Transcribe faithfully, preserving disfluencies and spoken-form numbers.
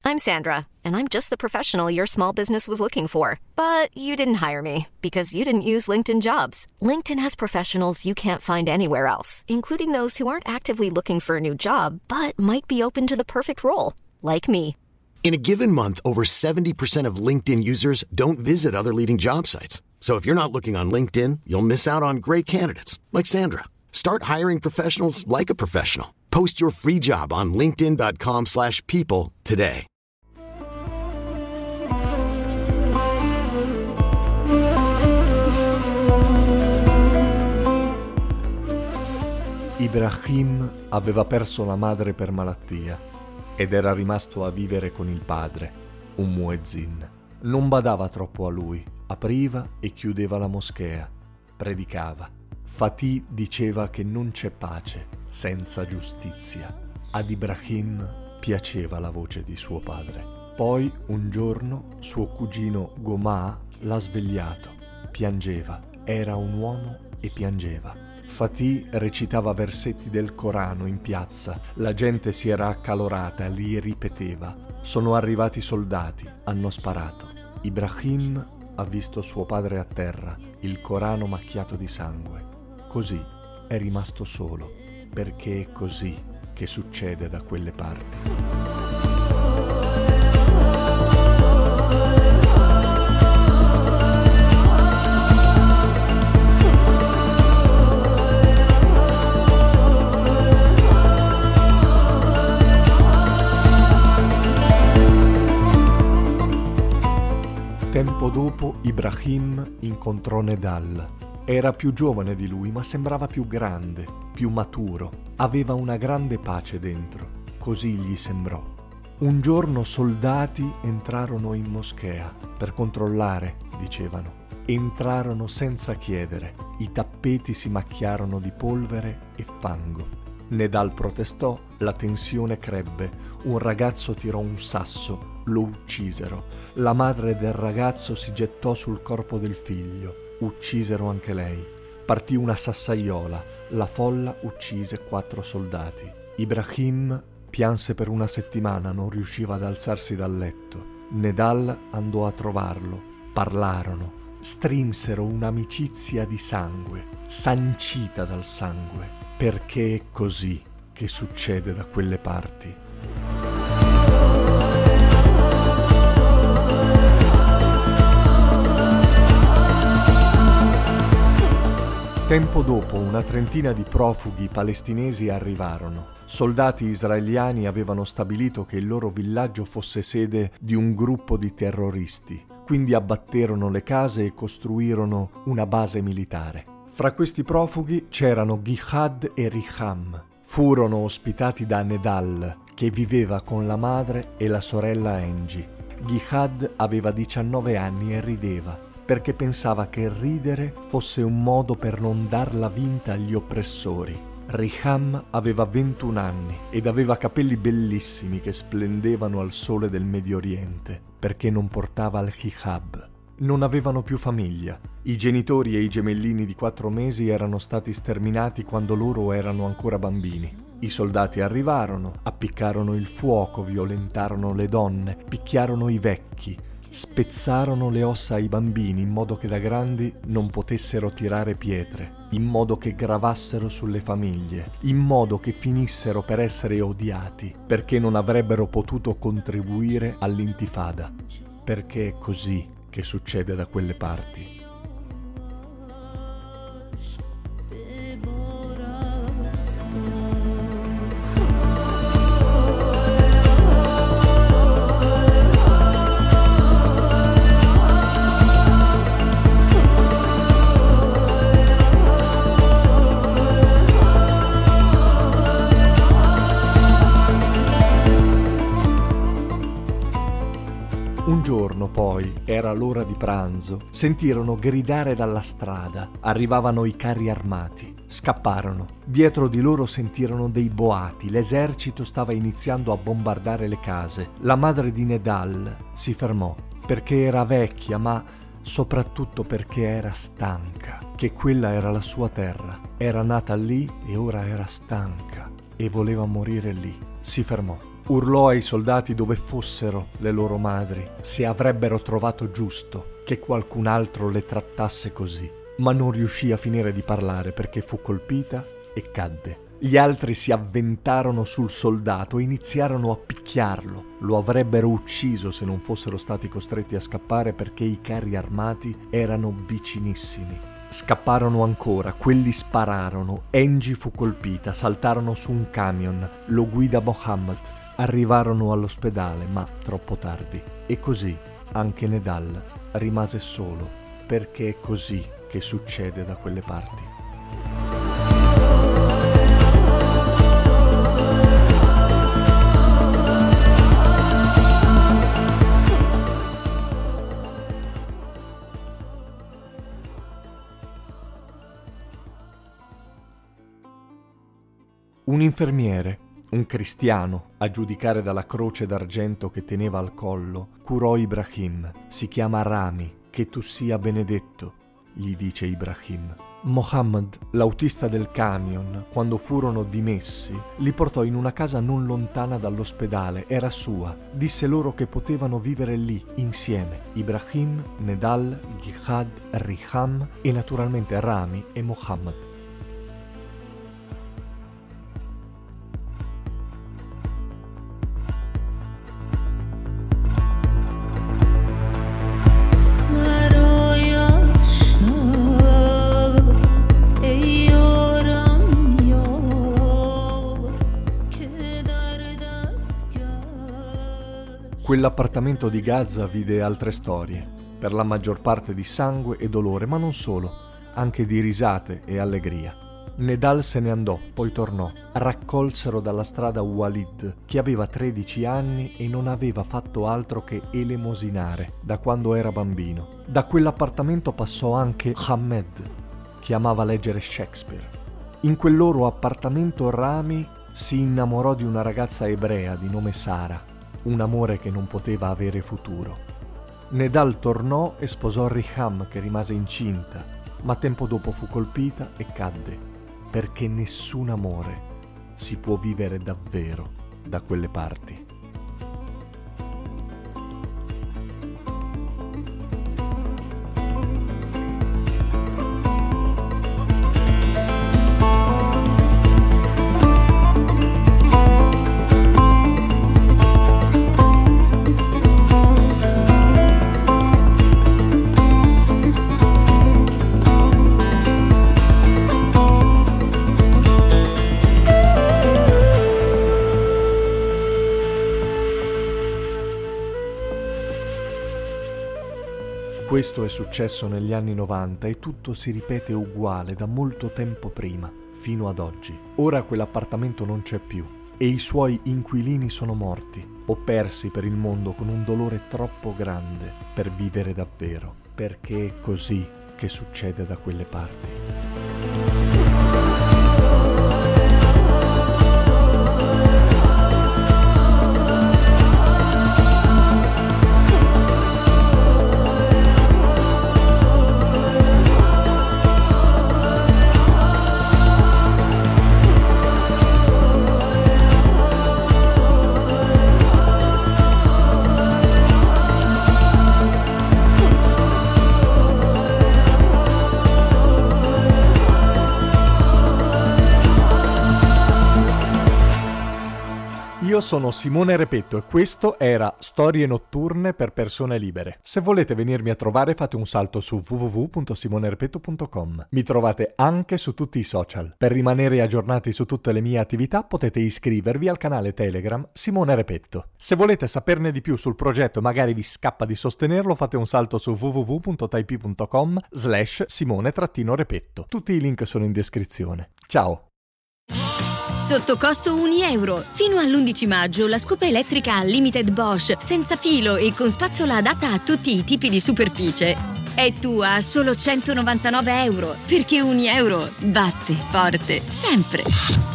I'm Sandra, and I'm just the professional your small business was looking for. But you didn't hire me because you didn't use LinkedIn Jobs. LinkedIn has professionals you can't find anywhere else, including those who aren't actively looking for a new job, but might be open to the perfect role, like me. In a given month, over seventy percent of LinkedIn users don't visit other leading job sites. So if you're not looking on LinkedIn, you'll miss out on great candidates like Sandra. Start hiring professionals like a professional. Post your free job on linkedin.com slash people today. Ibrahim aveva perso la madre per malattia ed era rimasto a vivere con il padre, un muezzin. Non badava troppo a lui, apriva e chiudeva la moschea, predicava. Fatih diceva che non c'è pace senza giustizia. Ad Ibrahim piaceva la voce di suo padre. Poi un giorno suo cugino Gomà l'ha svegliato. Piangeva, era un uomo e piangeva. Fatih recitava versetti del Corano in piazza, la gente si era accalorata, li ripeteva. Sono arrivati i soldati, hanno sparato. Ibrahim ha visto suo padre a terra, il Corano macchiato di sangue. Così è rimasto solo, perché è così che succede da quelle parti. Tempo dopo Ibrahim incontrò Nedal. Era più giovane di lui, ma sembrava più grande, più maturo. Aveva una grande pace dentro, così gli sembrò. Un giorno soldati entrarono in moschea per controllare, dicevano. Entrarono senza chiedere. I tappeti si macchiarono di polvere e fango. Nedal protestò, la tensione crebbe. Un ragazzo tirò un sasso, lo uccisero. La madre del ragazzo si gettò sul corpo del figlio. Uccisero anche lei. Partì una sassaiola. La folla uccise quattro soldati. Ibrahim pianse per una settimana, non riusciva ad alzarsi dal letto. Nedal andò a trovarlo. Parlarono. Strinsero un'amicizia di sangue, sancita dal sangue, perché è così che succede da quelle parti. Tempo dopo una trentina di profughi palestinesi arrivarono. Soldati israeliani avevano stabilito che il loro villaggio fosse sede di un gruppo di terroristi, quindi abbatterono le case e costruirono una base militare. Fra questi profughi c'erano Ghihad e Riham. Furono ospitati da Nedal, che viveva con la madre e la sorella Angie. Ghihad aveva diciannove anni e rideva, perché pensava che ridere fosse un modo per non darla vinta agli oppressori. Riham aveva ventuno anni ed aveva capelli bellissimi che splendevano al sole del Medio Oriente, perché non portava il hijab. Non avevano più famiglia. I genitori e i gemellini di quattro mesi erano stati sterminati quando loro erano ancora bambini. I soldati arrivarono, appiccarono il fuoco, violentarono le donne, picchiarono i vecchi, spezzarono le ossa ai bambini in modo che da grandi non potessero tirare pietre, in modo che gravassero sulle famiglie, in modo che finissero per essere odiati, perché non avrebbero potuto contribuire all'intifada, perché è così che succede da quelle parti. Un giorno poi, era l'ora di pranzo, sentirono gridare dalla strada, arrivavano i carri armati, scapparono. Dietro di loro sentirono dei boati, l'esercito stava iniziando a bombardare le case. La madre di Nedal si fermò, perché era vecchia, ma soprattutto perché era stanca, che quella era la sua terra. Era nata lì e ora era stanca e voleva morire lì. Si fermò. Urlò ai soldati dove fossero le loro madri, se avrebbero trovato giusto che qualcun altro le trattasse così. Ma non riuscì a finire di parlare perché fu colpita e cadde. Gli altri si avventarono sul soldato e iniziarono a picchiarlo. Lo avrebbero ucciso se non fossero stati costretti a scappare perché i carri armati erano vicinissimi. Scapparono ancora, quelli spararono, Angie fu colpita, saltarono su un camion, lo guida Mohammed. Arrivarono all'ospedale, ma troppo tardi. E così anche Nedal rimase solo, perché è così che succede da quelle parti. Un infermiere, un cristiano, a giudicare dalla croce d'argento che teneva al collo, curò Ibrahim. Si chiama Rami, che tu sia benedetto, gli dice Ibrahim. Mohammed, l'autista del camion, quando furono dimessi, li portò in una casa non lontana dall'ospedale, era sua. Disse loro che potevano vivere lì, insieme. Ibrahim, Nedal, Jihad, Riham e naturalmente Rami e Mohammed. Quell'appartamento di Gaza vide altre storie, per la maggior parte di sangue e dolore, ma non solo, anche di risate e allegria. Nedal se ne andò, poi tornò. Raccolsero dalla strada Walid, che aveva tredici anni e non aveva fatto altro che elemosinare da quando era bambino. Da quell'appartamento passò anche Ahmed, che amava leggere Shakespeare. In quel loro appartamento Rami si innamorò di una ragazza ebrea di nome Sara, un amore che non poteva avere futuro. Nedal tornò e sposò Riham, che rimase incinta, ma tempo dopo fu colpita e cadde, perché nessun amore si può vivere davvero da quelle parti. Questo è successo negli anni novanta e tutto si ripete uguale da molto tempo prima, fino ad oggi. Ora quell'appartamento non c'è più e i suoi inquilini sono morti o persi per il mondo con un dolore troppo grande per vivere davvero, perché è così che succede da quelle parti. Io sono Simone Repetto e questo era Storie notturne per persone libere. Se volete venirmi a trovare fate un salto su w w w punto simone repetto punto com. Mi trovate anche su tutti i social. Per rimanere aggiornati su tutte le mie attività potete iscrivervi al canale Telegram Simone Repetto. Se volete saperne di più sul progetto e magari vi scappa di sostenerlo fate un salto su w w w punto type punto com slash simone repetto. Tutti i link sono in descrizione. Ciao! Sotto costo un euro. Fino all'undici maggio la scopa elettrica Limited Bosch senza filo e con spazzola adatta a tutti i tipi di superficie è tua a solo centonovantanove euro, perché un euro batte forte sempre.